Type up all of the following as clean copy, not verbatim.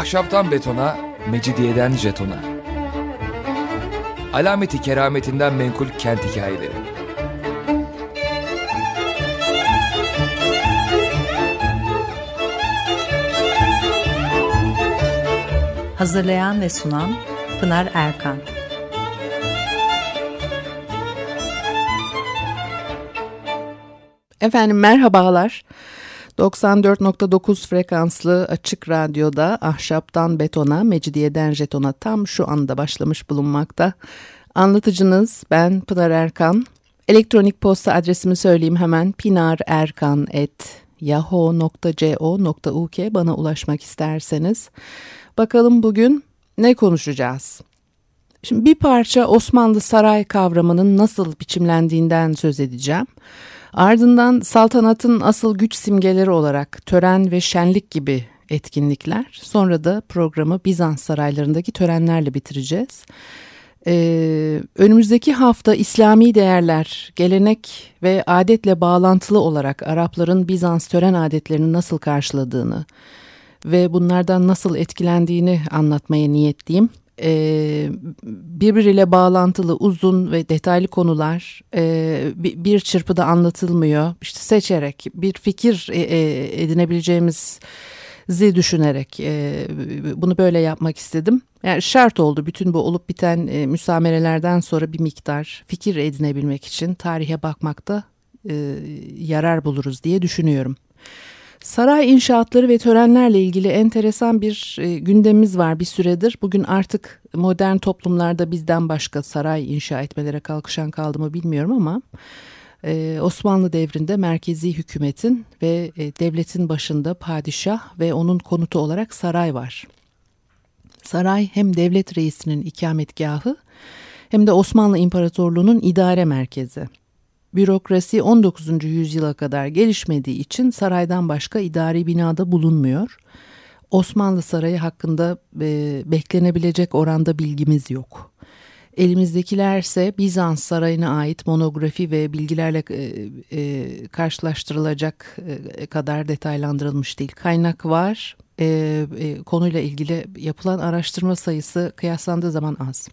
Ahşaptan betona, mecidiyeden jetona. Alameti kerametinden menkul kent hikayeleri. Hazırlayan ve sunan Pınar Erkan. Efendim merhabalar. 94.9 frekanslı açık radyoda Ahşaptan Betona, Mecidiyeden Jeton'a tam şu anda başlamış bulunmakta. Anlatıcınız ben Pınar Erkan. Elektronik posta adresimi söyleyeyim hemen: pinarerkan@yahoo.co.uk bana ulaşmak isterseniz. Bakalım bugün ne konuşacağız? Şimdi bir parça Osmanlı saray kavramının nasıl biçimlendiğinden söz edeceğim. Ardından saltanatın asıl güç simgeleri olarak tören ve şenlik gibi etkinlikler. Sonra da programı Bizans saraylarındaki törenlerle bitireceğiz. Önümüzdeki hafta İslami değerler, gelenek ve adetle bağlantılı olarak Arapların Bizans tören adetlerini nasıl karşıladığını ve bunlardan nasıl etkilendiğini anlatmaya niyetliyim. Birbiriyle bağlantılı uzun ve detaylı konular bir çırpıda anlatılmıyor. İşte seçerek bir fikir edinebileceğimizi düşünerek bunu böyle yapmak istedim. Yani şart oldu bütün bu olup biten müsamerelerden sonra bir miktar fikir edinebilmek için tarihe bakmakta yarar buluruz diye düşünüyorum. Saray inşaatları ve törenlerle ilgili enteresan bir gündemimiz var bir süredir. Bugün artık modern toplumlarda bizden başka saray inşa etmelere kalkışan kaldı mı bilmiyorum ama Osmanlı devrinde merkezi hükümetin ve devletin başında padişah ve onun konutu olarak saray var. Saray hem devlet reisinin ikametgahı hem de Osmanlı İmparatorluğu'nun idare merkezi. Bürokrasi 19. yüzyıla kadar gelişmediği için saraydan başka idari binada bulunmuyor. Osmanlı Sarayı hakkında beklenebilecek oranda bilgimiz yok. Elimizdekilerse Bizans Sarayı'na ait monografi ve bilgilerle karşılaştırılacak kadar detaylandırılmış değil. Kaynak var, konuyla ilgili yapılan araştırma sayısı kıyaslandığı zaman az.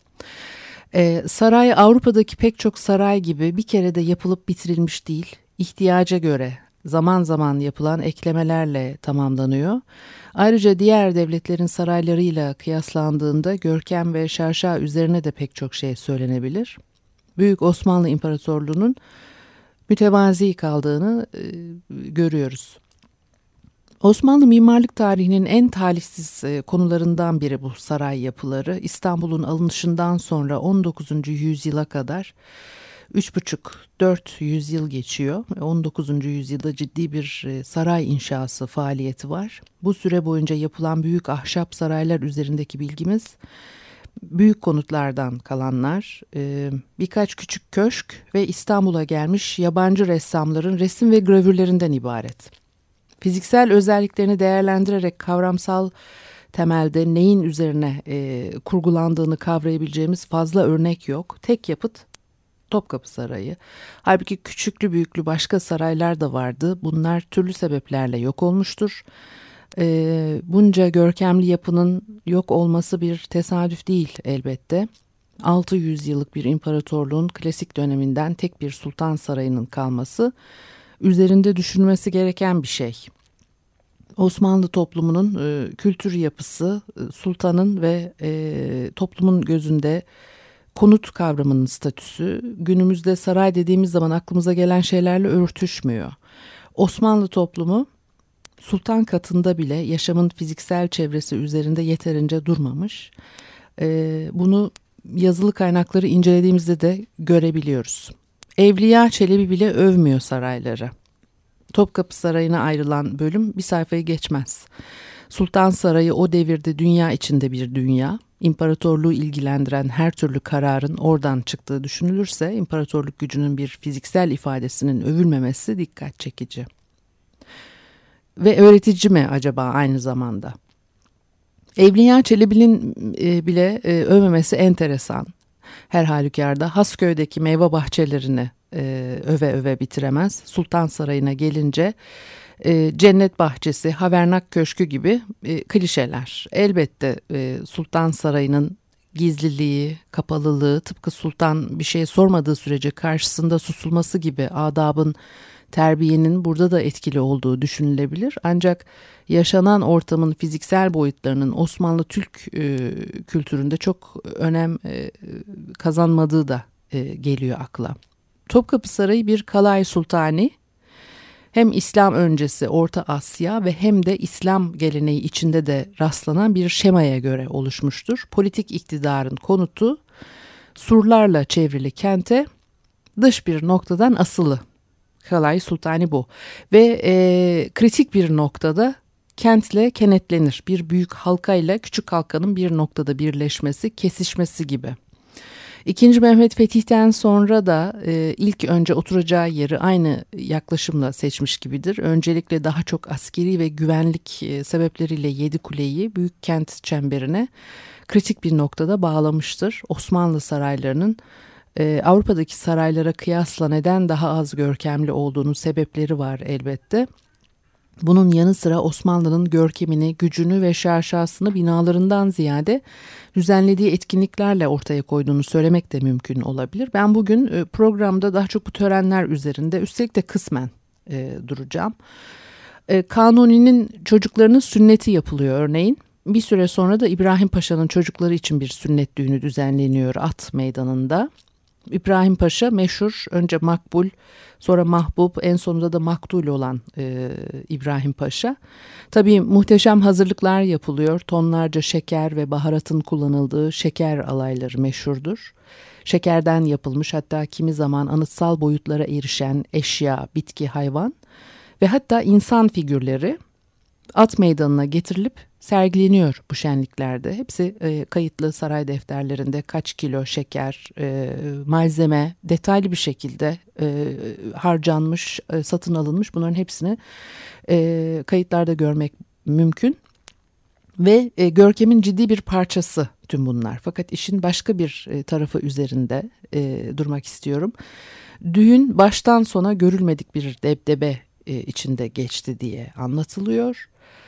Saray Avrupa'daki pek çok saray gibi bir kere de yapılıp bitirilmiş değil, ihtiyaca göre zaman zaman yapılan eklemelerle tamamlanıyor. Ayrıca diğer devletlerin saraylarıyla kıyaslandığında görkem ve şarşa üzerine de pek çok şey söylenebilir. Büyük Osmanlı İmparatorluğu'nun mütevazi kaldığını görüyoruz. Osmanlı mimarlık tarihinin en talihsiz konularından biri bu saray yapıları. İstanbul'un alınışından sonra 19. yüzyıla kadar 3,5-4 yüzyıl geçiyor. 19. yüzyılda ciddi bir saray inşası faaliyeti var. Bu süre boyunca yapılan büyük ahşap saraylar üzerindeki bilgimiz büyük konutlardan kalanlar, birkaç küçük köşk ve İstanbul'a gelmiş yabancı ressamların resim ve gravürlerinden ibaret. Fiziksel özelliklerini değerlendirerek kavramsal temelde neyin üzerine kurgulandığını kavrayabileceğimiz fazla örnek yok. Tek yapıt Topkapı Sarayı. Halbuki küçüklü büyüklü başka saraylar da vardı. Bunlar türlü sebeplerle yok olmuştur. Bunca görkemli yapının yok olması bir tesadüf değil elbette. 600 yıllık bir imparatorluğun klasik döneminden tek bir sultan sarayının kalması üzerinde düşünmesi gereken bir şey. Osmanlı toplumunun kültür yapısı, sultanın ve toplumun gözünde konut kavramının statüsü günümüzde saray dediğimiz zaman aklımıza gelen şeylerle örtüşmüyor. Osmanlı toplumu sultan katında bile yaşamın fiziksel çevresi üzerinde yeterince durmamış. Bunu yazılı kaynakları incelediğimizde de görebiliyoruz. Evliya Çelebi bile övmüyor sarayları. Topkapı Sarayı'na ayrılan bölüm bir sayfayı geçmez. Sultan Sarayı o devirde dünya içinde bir dünya. İmparatorluğu ilgilendiren her türlü kararın oradan çıktığı düşünülürse imparatorluk gücünün bir fiziksel ifadesinin övülmemesi dikkat çekici. Ve öğretici mi acaba aynı zamanda? Evliya Çelebi'nin bile övmemesi enteresan. Her halükarda Hasköy'deki meyve bahçelerini öve öve bitiremez. Sultan Sarayı'na gelince Cennet bahçesi, Havernak Köşkü gibi klişeler. Elbette Sultan Sarayı'nın gizliliği, kapalılığı, tıpkı sultan bir şey sormadığı sürece karşısında susulması gibi adabın, terbiyenin burada da etkili olduğu düşünülebilir. Ancak yaşanan ortamın fiziksel boyutlarının Osmanlı Türk kültüründe çok önem kazanmadığı da geliyor akla. Topkapı Sarayı bir Kalay Sultani, hem İslam öncesi Orta Asya ve hem de İslam geleneği içinde de rastlanan bir şemaya göre oluşmuştur. Politik iktidarın konutu surlarla çevrili kente dış bir noktadan asılı. Kalay Sultani bu ve kritik bir noktada kentle kenetlenir. Bir büyük halkayla küçük halkanın bir noktada birleşmesi, kesişmesi gibi. İkinci Mehmet Fetih'ten sonra da ilk önce oturacağı yeri aynı yaklaşımla seçmiş gibidir. Öncelikle daha çok askeri ve güvenlik sebepleriyle Yedikule'yi büyük kent çemberine kritik bir noktada bağlamıştır. Osmanlı saraylarının Avrupa'daki saraylara kıyasla neden daha az görkemli olduğunun sebepleri var elbette. Bunun yanı sıra Osmanlı'nın görkemini, gücünü ve şaşasını binalarından ziyade düzenlediği etkinliklerle ortaya koyduğunu söylemek de mümkün olabilir. Ben bugün programda daha çok bu törenler üzerinde, üstelik de kısmen duracağım. Kanuni'nin çocuklarının sünneti yapılıyor örneğin. Bir süre sonra da İbrahim Paşa'nın çocukları için bir sünnet düğünü düzenleniyor At Meydanı'nda. İbrahim Paşa meşhur, önce Makbul, sonra Mahbub, en sonunda da Maktul olan İbrahim Paşa. Tabii muhteşem hazırlıklar yapılıyor. Tonlarca şeker ve baharatın kullanıldığı şeker alayları meşhurdur. Şekerden yapılmış, hatta kimi zaman anıtsal boyutlara erişen eşya, bitki, hayvan ve hatta insan figürleri At Meydanı'na getirilip sergileniyor bu şenliklerde. Hepsi kayıtlı saray defterlerinde, kaç kilo şeker, malzeme detaylı bir şekilde harcanmış, satın alınmış. Bunların hepsini kayıtlarda görmek mümkün. Ve görkemin ciddi bir parçası tüm bunlar. Fakat işin başka bir tarafı üzerinde durmak istiyorum. Düğün baştan sona görülmedik bir debdebe içinde geçti diye anlatılıyor.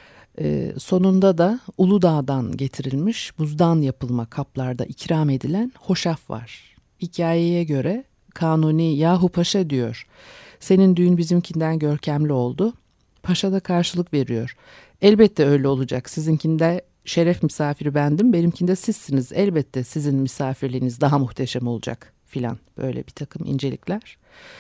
Sonunda da Uludağ'dan getirilmiş buzdan yapılma kaplarda ikram edilen hoşaf var. Hikayeye göre Kanuni "Yahu Paşa" diyor, "senin düğün bizimkinden görkemli oldu." Paşa da karşılık veriyor. "Elbette öyle olacak. Sizinkinde şeref misafiri bendim, benimkinde sizsiniz. Elbette sizin misafirliğiniz daha muhteşem olacak." filan, böyle bir takım incelikler.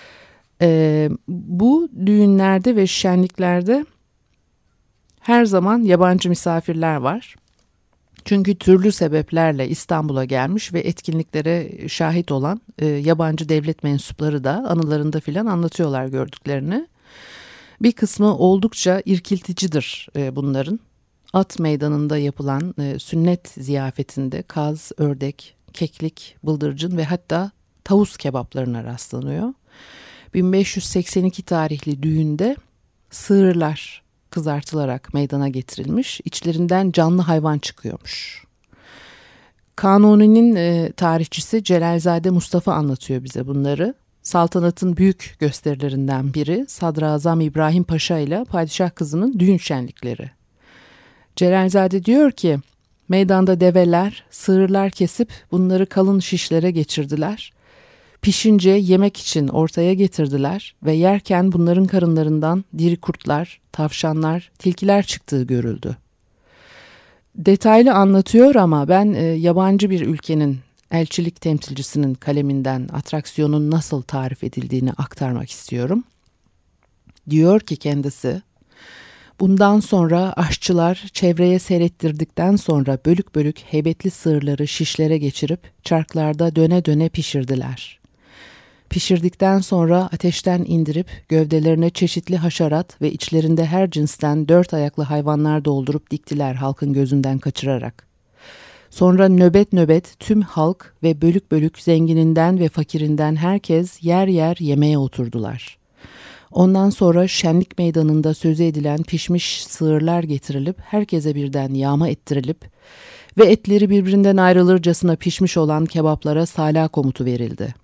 Bu düğünlerde ve şenliklerde her zaman yabancı misafirler var. Çünkü türlü sebeplerle İstanbul'a gelmiş ve etkinliklere şahit olan yabancı devlet mensupları da anılarında filan anlatıyorlar gördüklerini. Bir kısmı oldukça irkilticidir bunların. At Meydanı'nda yapılan sünnet ziyafetinde kaz, ördek, keklik, bıldırcın ve hatta tavus kebaplarına rastlanıyor. 1582 tarihli düğünde sığırlar kızartılarak meydana getirilmiş, içlerinden canlı hayvan çıkıyormuş. Kanuni'nin tarihçisi Celalzade Mustafa anlatıyor bize bunları. Saltanatın büyük gösterilerinden biri Sadrazam İbrahim Paşa ile padişah kızının düğün şenlikleri. Celalzade diyor ki, meydanda develer, sığırlar kesip bunları kalın şişlere geçirdiler. Pişince yemek için ortaya getirdiler ve yerken bunların karınlarından diri kurtlar, tavşanlar, tilkiler çıktığı görüldü. Detaylı anlatıyor ama ben yabancı bir ülkenin elçilik temsilcisinin kaleminden atraksiyonun nasıl tarif edildiğini aktarmak istiyorum. Diyor ki kendisi, "Bundan sonra aşçılar çevreye seyrettirdikten sonra bölük bölük heybetli sığırları şişlere geçirip çarklarda döne döne pişirdiler. Pişirdikten sonra ateşten indirip gövdelerine çeşitli haşerat ve içlerinde her cinsten 4 ayaklı hayvanlar doldurup diktiler halkın gözünden kaçırarak. Sonra nöbet nöbet tüm halk ve bölük bölük zengininden ve fakirinden herkes yer yer yemeğe oturdular. Ondan sonra şenlik meydanında sözü edilen pişmiş sığırlar getirilip herkese birden yağma ettirilip ve etleri birbirinden ayrılırcasına pişmiş olan kebaplara sala komutu verildi.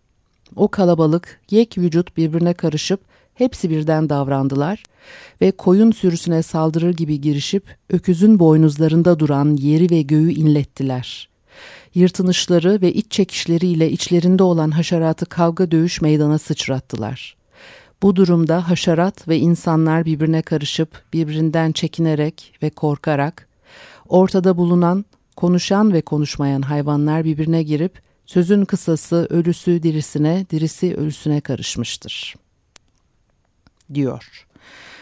O kalabalık yek vücut birbirine karışıp hepsi birden davrandılar ve koyun sürüsüne saldırır gibi girişip öküzün boynuzlarında duran yeri ve göğü inlettiler. Yırtınışları ve iç çekişleriyle içlerinde olan haşeratı kavga dövüş meydana sıçrattılar. Bu durumda haşerat ve insanlar birbirine karışıp birbirinden çekinerek ve korkarak, ortada bulunan konuşan ve konuşmayan hayvanlar birbirine girip sözün kısası ölüsü dirisine, dirisi ölüsüne karışmıştır, diyor.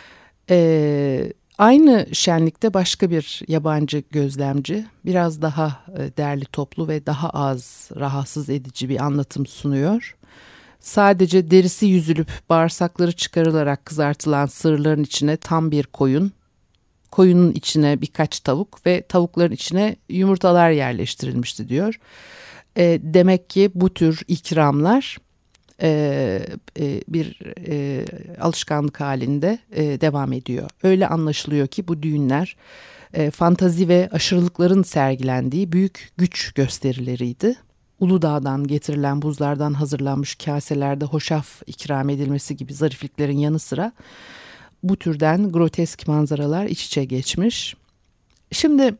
Aynı şenlikte başka bir yabancı gözlemci biraz daha derli toplu ve daha az rahatsız edici bir anlatım sunuyor. Sadece derisi yüzülüp bağırsakları çıkarılarak kızartılan sığırların içine tam bir koyun, koyunun içine birkaç tavuk ve tavukların içine yumurtalar yerleştirilmişti diyor. Demek ki bu tür ikramlar bir alışkanlık halinde devam ediyor. Öyle anlaşılıyor ki bu düğünler fantazi ve aşırılıkların sergilendiği büyük güç gösterileriydi. Uludağ'dan getirilen buzlardan hazırlanmış kaselerde hoşaf ikram edilmesi gibi zarifliklerin yanı sıra bu türden grotesk manzaralar iç içe geçmiş. Şimdi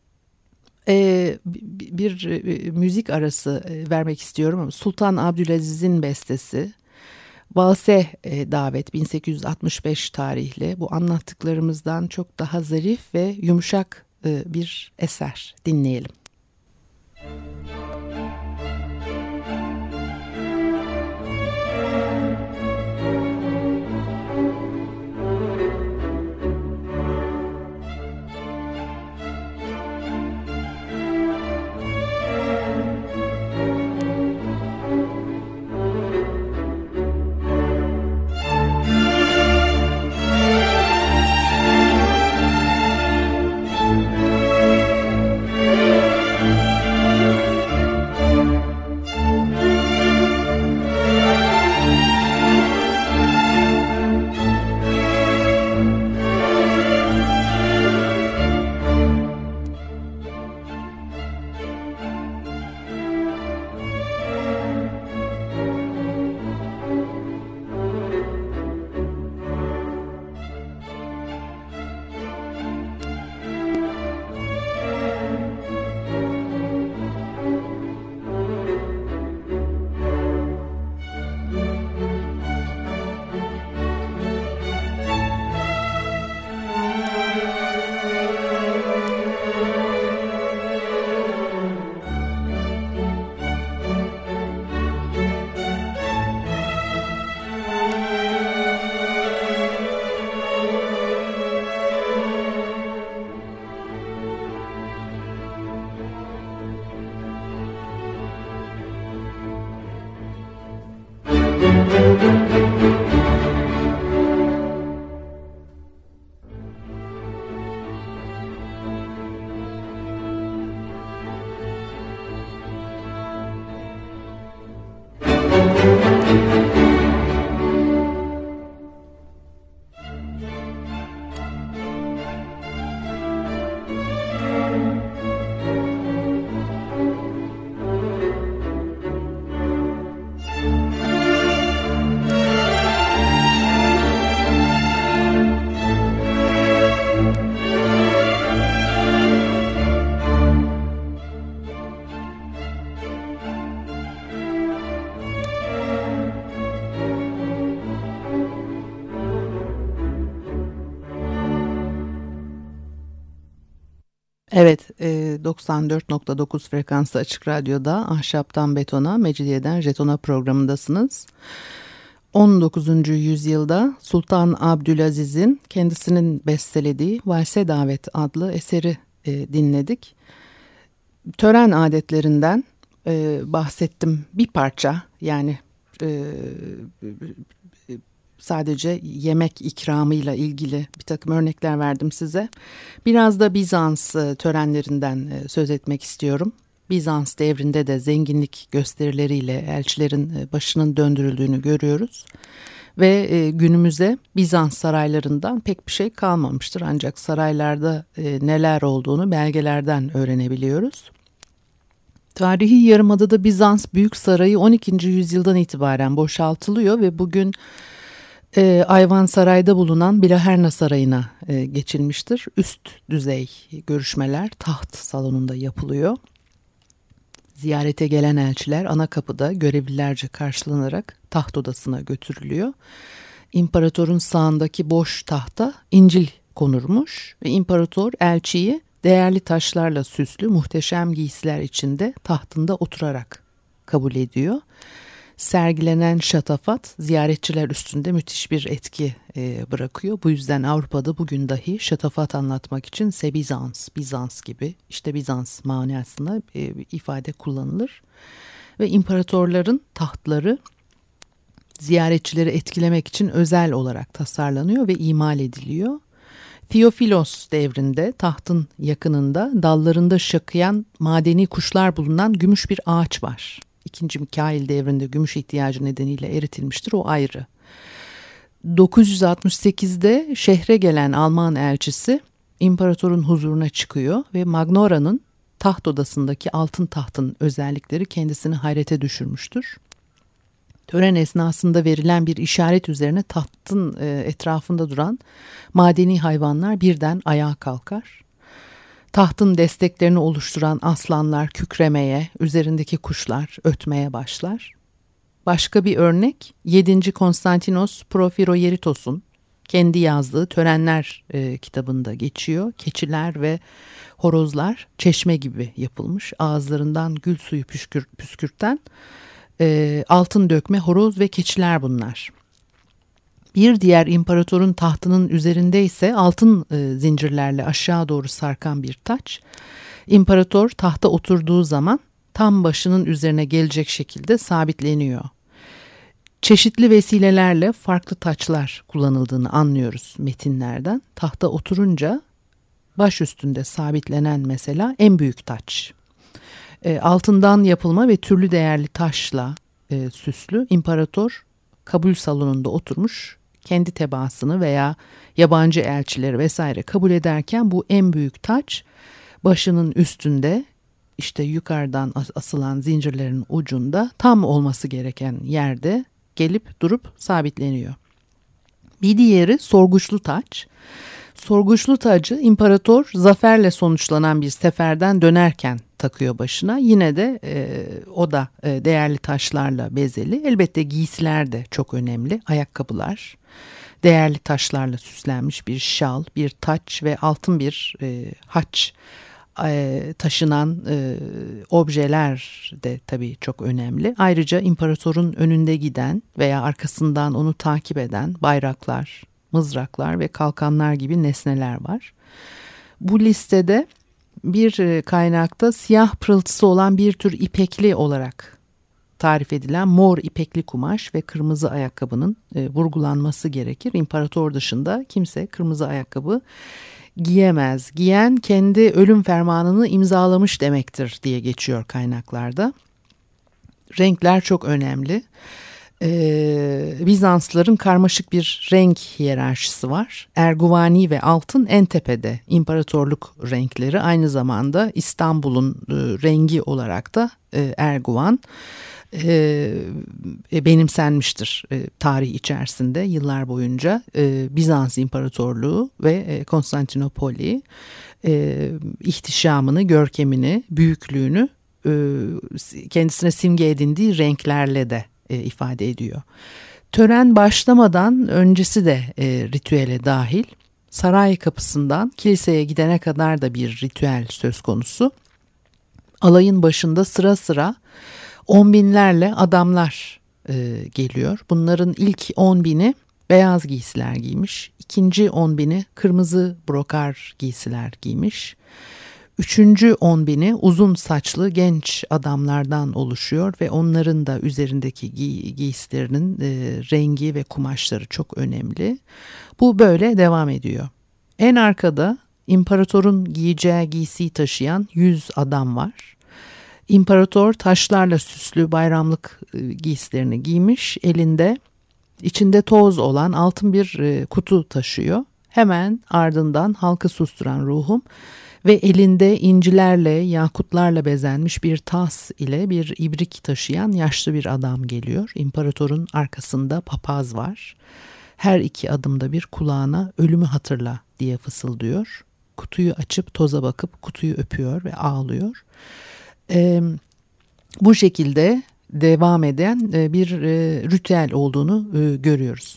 bir müzik arası vermek istiyorum ama Sultan Abdülaziz'in bestesi Valse Davet 1865 tarihli bu anlattıklarımızdan çok daha zarif ve yumuşak bir eser dinleyelim. Evet, 94.9 frekanslı Açık Radyo'da Ahşaptan Betona, Mecidiyeden Jeton'a programındasınız. 19. yüzyılda Sultan Abdülaziz'in kendisinin bestelediği Valse Davet adlı eseri dinledik. Tören adetlerinden bahsettim bir parça, yani sadece yemek ikramıyla ilgili bir takım örnekler verdim size. Biraz da Bizans törenlerinden söz etmek istiyorum. Bizans devrinde de zenginlik gösterileriyle elçilerin başının döndürüldüğünü görüyoruz. Ve günümüze Bizans saraylarından pek bir şey kalmamıştır. Ancak saraylarda neler olduğunu belgelerden öğrenebiliyoruz. Tarihi Yarımada'da Bizans Büyük Sarayı 12. yüzyıldan itibaren boşaltılıyor ve bugün Ayvansaray'da bulunan Bilaherna Sarayı'na geçilmiştir. Üst düzey görüşmeler taht salonunda yapılıyor. Ziyarete gelen elçiler ana kapıda görevlilerce karşılanarak taht odasına götürülüyor. İmparatorun sağındaki boş tahta İncil konurmuş ve imparator elçiyi değerli taşlarla süslü muhteşem giysiler içinde tahtında oturarak kabul ediyor. Sergilenen şatafat ziyaretçiler üstünde müthiş bir etki bırakıyor. Bu yüzden Avrupa'da bugün dahi şatafat anlatmak için Sebizans, Bizans gibi işte Bizans manasında ifade kullanılır. Ve imparatorların tahtları ziyaretçileri etkilemek için özel olarak tasarlanıyor ve imal ediliyor. Theophilos devrinde tahtın yakınında dallarında şakıyan madeni kuşlar bulunan gümüş bir ağaç var. 2. Mikail devrinde gümüş ihtiyacı nedeniyle eritilmiştir, o ayrı. 968'de şehre gelen Alman elçisi imparatorun huzuruna çıkıyor ve Magnora'nın taht odasındaki altın tahtın özellikleri kendisini hayrete düşürmüştür. Tören esnasında verilen bir işaret üzerine tahtın etrafında duran madeni hayvanlar birden ayağa kalkar. Tahtın desteklerini oluşturan aslanlar kükremeye, üzerindeki kuşlar ötmeye başlar. Başka bir örnek 7. Konstantinos Porfiroyeritos'un kendi yazdığı Törenler kitabında geçiyor. Keçiler ve horozlar çeşme gibi yapılmış, ağızlarından gül suyu püskürten altın dökme horoz ve keçiler bunlar. Bir diğer imparatorun tahtının üzerinde ise altın zincirlerle aşağı doğru sarkan bir taç. İmparator tahta oturduğu zaman tam başının üzerine gelecek şekilde sabitleniyor. Çeşitli vesilelerle farklı taçlar kullanıldığını anlıyoruz metinlerden. Tahta oturunca baş üstünde sabitlenen mesela en büyük taç. Altından yapılma ve türlü değerli taşla süslü imparator kabul salonunda oturmuş, kendi tebaasını veya yabancı elçileri vesaire kabul ederken bu en büyük taç başının üstünde, işte yukarıdan asılan zincirlerin ucunda tam olması gereken yerde gelip durup sabitleniyor. Bir diğeri sorguçlu taç. Sorguçlu tacı imparator zaferle sonuçlanan bir seferden dönerken takıyor başına. Yine de o da değerli taşlarla bezeli. Elbette giysiler de çok önemli. Ayakkabılar, değerli taşlarla süslenmiş bir şal, bir taç ve altın bir haç taşınan objeler de tabii çok önemli. Ayrıca imparatorun önünde giden veya arkasından onu takip eden bayraklar, mızraklar ve kalkanlar gibi nesneler var. Bu listede bir kaynakta siyah pırıltısı olan bir tür ipekli olarak tarif edilen mor ipekli kumaş ve kırmızı ayakkabının vurgulanması gerekir. İmparator dışında kimse kırmızı ayakkabı giyemez. Giyen kendi ölüm fermanını imzalamış demektir diye geçiyor kaynaklarda. Renkler çok önemli. Bizanslıların karmaşık bir renk hiyerarşisi var. Erguvani ve altın en tepede, imparatorluk renkleri, aynı zamanda İstanbul'un rengi olarak da erguvan benimsenmiştir tarih içerisinde yıllar boyunca. Bizans İmparatorluğu ve Konstantinopoli ihtişamını, görkemini, büyüklüğünü kendisine simge edindiği renklerle de ifade ediyor. Tören başlamadan öncesi de ritüele dahil. Saray kapısından kiliseye gidene kadar da bir ritüel söz konusu. Alayın başında sıra sıra 10 binlerle adamlar geliyor. Bunların ilk 10 bini beyaz giysiler giymiş. İkinci 10 bini kırmızı brokar giysiler giymiş. Üçüncü 10 bini uzun saçlı genç adamlardan oluşuyor ve onların da üzerindeki giysilerinin rengi ve kumaşları çok önemli. Bu böyle devam ediyor. En arkada imparatorun giyeceği giysiyi taşıyan 100 adam var. İmparator taşlarla süslü bayramlık giysilerini giymiş, elinde içinde toz olan altın bir kutu taşıyor. Hemen ardından halkı susturan ruhum ve elinde incilerle, yakutlarla bezenmiş bir tas ile bir ibrik taşıyan yaşlı bir adam geliyor. İmparatorun arkasında papaz var. Her 2 adımda bir kulağına ölümü hatırla diye fısıldıyor. Kutuyu açıp toza bakıp kutuyu öpüyor ve ağlıyor. Bu şekilde devam eden bir ritüel olduğunu görüyoruz.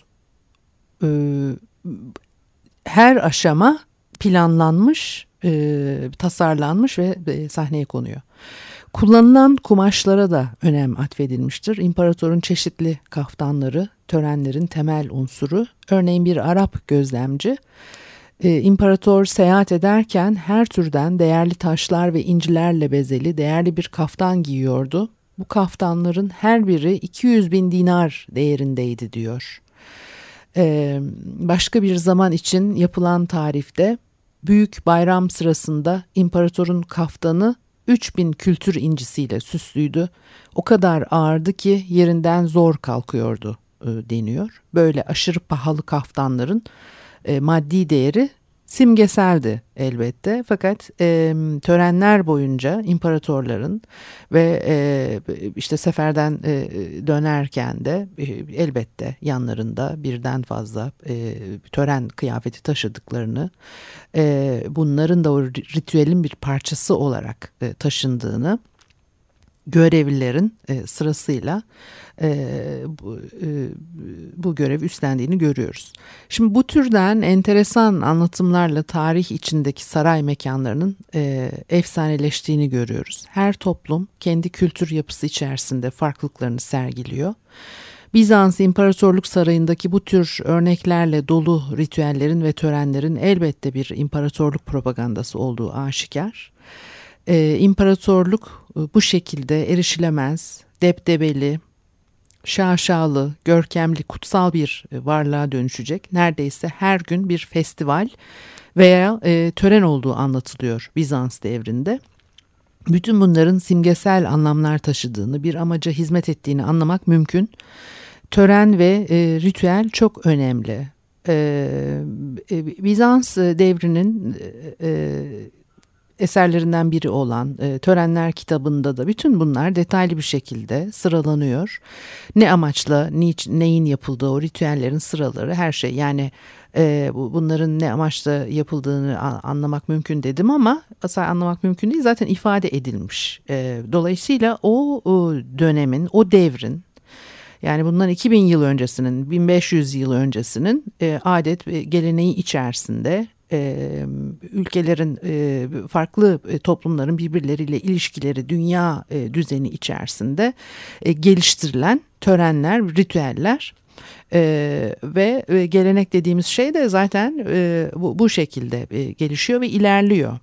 Her aşama planlanmış, tasarlanmış ve sahneye konuyor. Kullanılan kumaşlara da önem atfedilmiştir. İmparatorun çeşitli kaftanları törenlerin temel unsuru. Örneğin bir Arap gözlemci, İmparator seyahat ederken her türden değerli taşlar ve incilerle bezeli değerli bir kaftan giyiyordu. Bu kaftanların her biri 200.000 dinar değerindeydi diyor. Başka bir zaman için yapılan tarifte büyük bayram sırasında imparatorun kaftanı 3.000 kültür incisiyle süslüydü. O kadar ağırdı ki yerinden zor kalkıyordu deniyor. Böyle aşırı pahalı kaftanların maddi değeri simgeseldi elbette. Fakat törenler boyunca imparatorların ve işte seferden dönerken de elbette yanlarında birden fazla tören kıyafeti taşıdıklarını, bunların da o ritüelin bir parçası olarak taşındığını, görevlilerin sırasıyla bu görev üstlendiğini görüyoruz. Şimdi bu türden enteresan anlatımlarla tarih içindeki saray mekanlarının efsaneleştiğini görüyoruz. Her toplum kendi kültür yapısı içerisinde farklılıklarını sergiliyor. Bizans İmparatorluk Sarayı'ndaki bu tür örneklerle dolu ritüellerin ve törenlerin elbette bir imparatorluk propagandası olduğu aşikar. İmparatorluk bu şekilde erişilemez, debdebeli, şaşalı, görkemli, kutsal bir varlığa dönüşecek. Neredeyse her gün bir festival veya tören olduğu anlatılıyor Bizans devrinde. Bütün bunların simgesel anlamlar taşıdığını, bir amaca hizmet ettiğini anlamak mümkün. Tören ve ritüel çok önemli. Bizans devrinin eserlerinden biri olan Törenler kitabında da bütün bunlar detaylı bir şekilde sıralanıyor. Ne amaçla, neyin yapıldığı, o ritüellerin sıraları, her şey. Yani bunların ne amaçla yapıldığını anlamak mümkün dedim ama asla anlamak mümkün değil, zaten ifade edilmiş. Dolayısıyla o dönemin, o devrin, yani bundan 2000 yıl öncesinin, 1500 yıl öncesinin adet ve geleneği içerisinde ülkelerin, farklı toplumların birbirleriyle ilişkileri, dünya düzeni içerisinde geliştirilen törenler, ritüeller ve gelenek dediğimiz şey de zaten bu şekilde gelişiyor ve ilerliyor.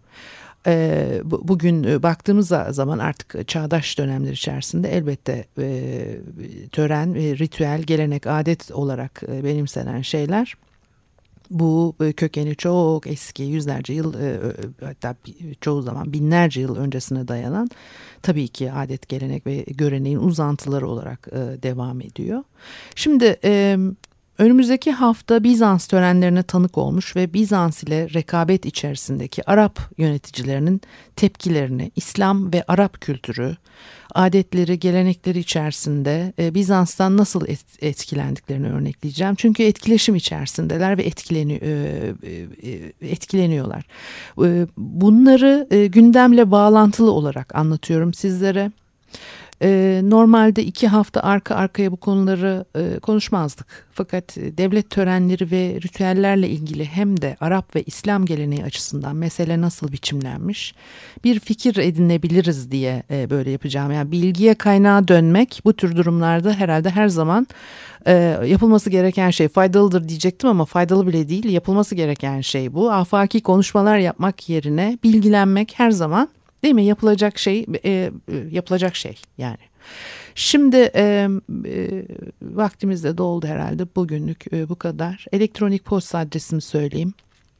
Bugün baktığımız zaman artık çağdaş dönemler içerisinde elbette tören, ritüel, gelenek, adet olarak benimsenen şeyler, bu kökeni çok eski, yüzlerce yıl, hatta çoğu zaman binlerce yıl öncesine dayanan tabii ki adet, gelenek ve göreneğin uzantıları olarak devam ediyor. Şimdi önümüzdeki hafta Bizans törenlerine tanık olmuş ve Bizans ile rekabet içerisindeki Arap yöneticilerinin tepkilerini, İslam ve Arap kültürü, adetleri, gelenekleri içerisinde Bizans'tan nasıl etkilendiklerini örnekleyeceğim. Çünkü etkileşim içerisindeler ve etkileniyorlar. Bunları gündemle bağlantılı olarak anlatıyorum sizlere. Normalde 2 hafta arka arkaya bu konuları konuşmazdık. Fakat devlet törenleri ve ritüellerle ilgili hem de Arap ve İslam geleneği açısından mesele nasıl biçimlenmiş bir fikir edinebiliriz diye böyle yapacağım. Yani bilgiye, kaynağa dönmek bu tür durumlarda herhalde her zaman yapılması gereken şey. Faydalıdır diyecektim ama faydalı bile değil, yapılması gereken şey bu. Afaki konuşmalar yapmak yerine bilgilenmek her zaman, değil mi? Yapılacak şey yani. Şimdi vaktimiz de doldu herhalde. Bugünlük bu kadar. Elektronik posta adresimi söyleyeyim.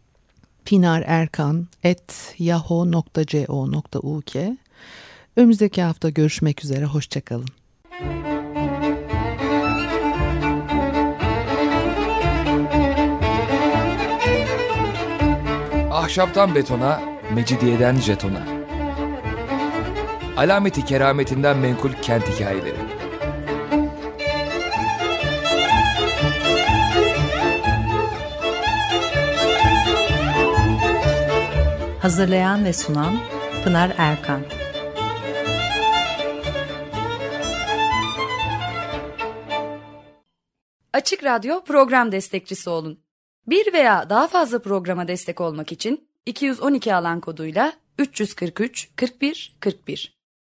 pinarerkan@yahoo.co.uk. Önümüzdeki hafta görüşmek üzere. Hoşçakalın. Ahşaptan betona, Mecidiyeden jetona. Alameti kerametinden menkul kent hikayeleri. Hazırlayan ve sunan Pınar Erkan. Açık Radyo program destekçisi olun. Bir veya daha fazla programa destek olmak için 212 alan koduyla 343 41 41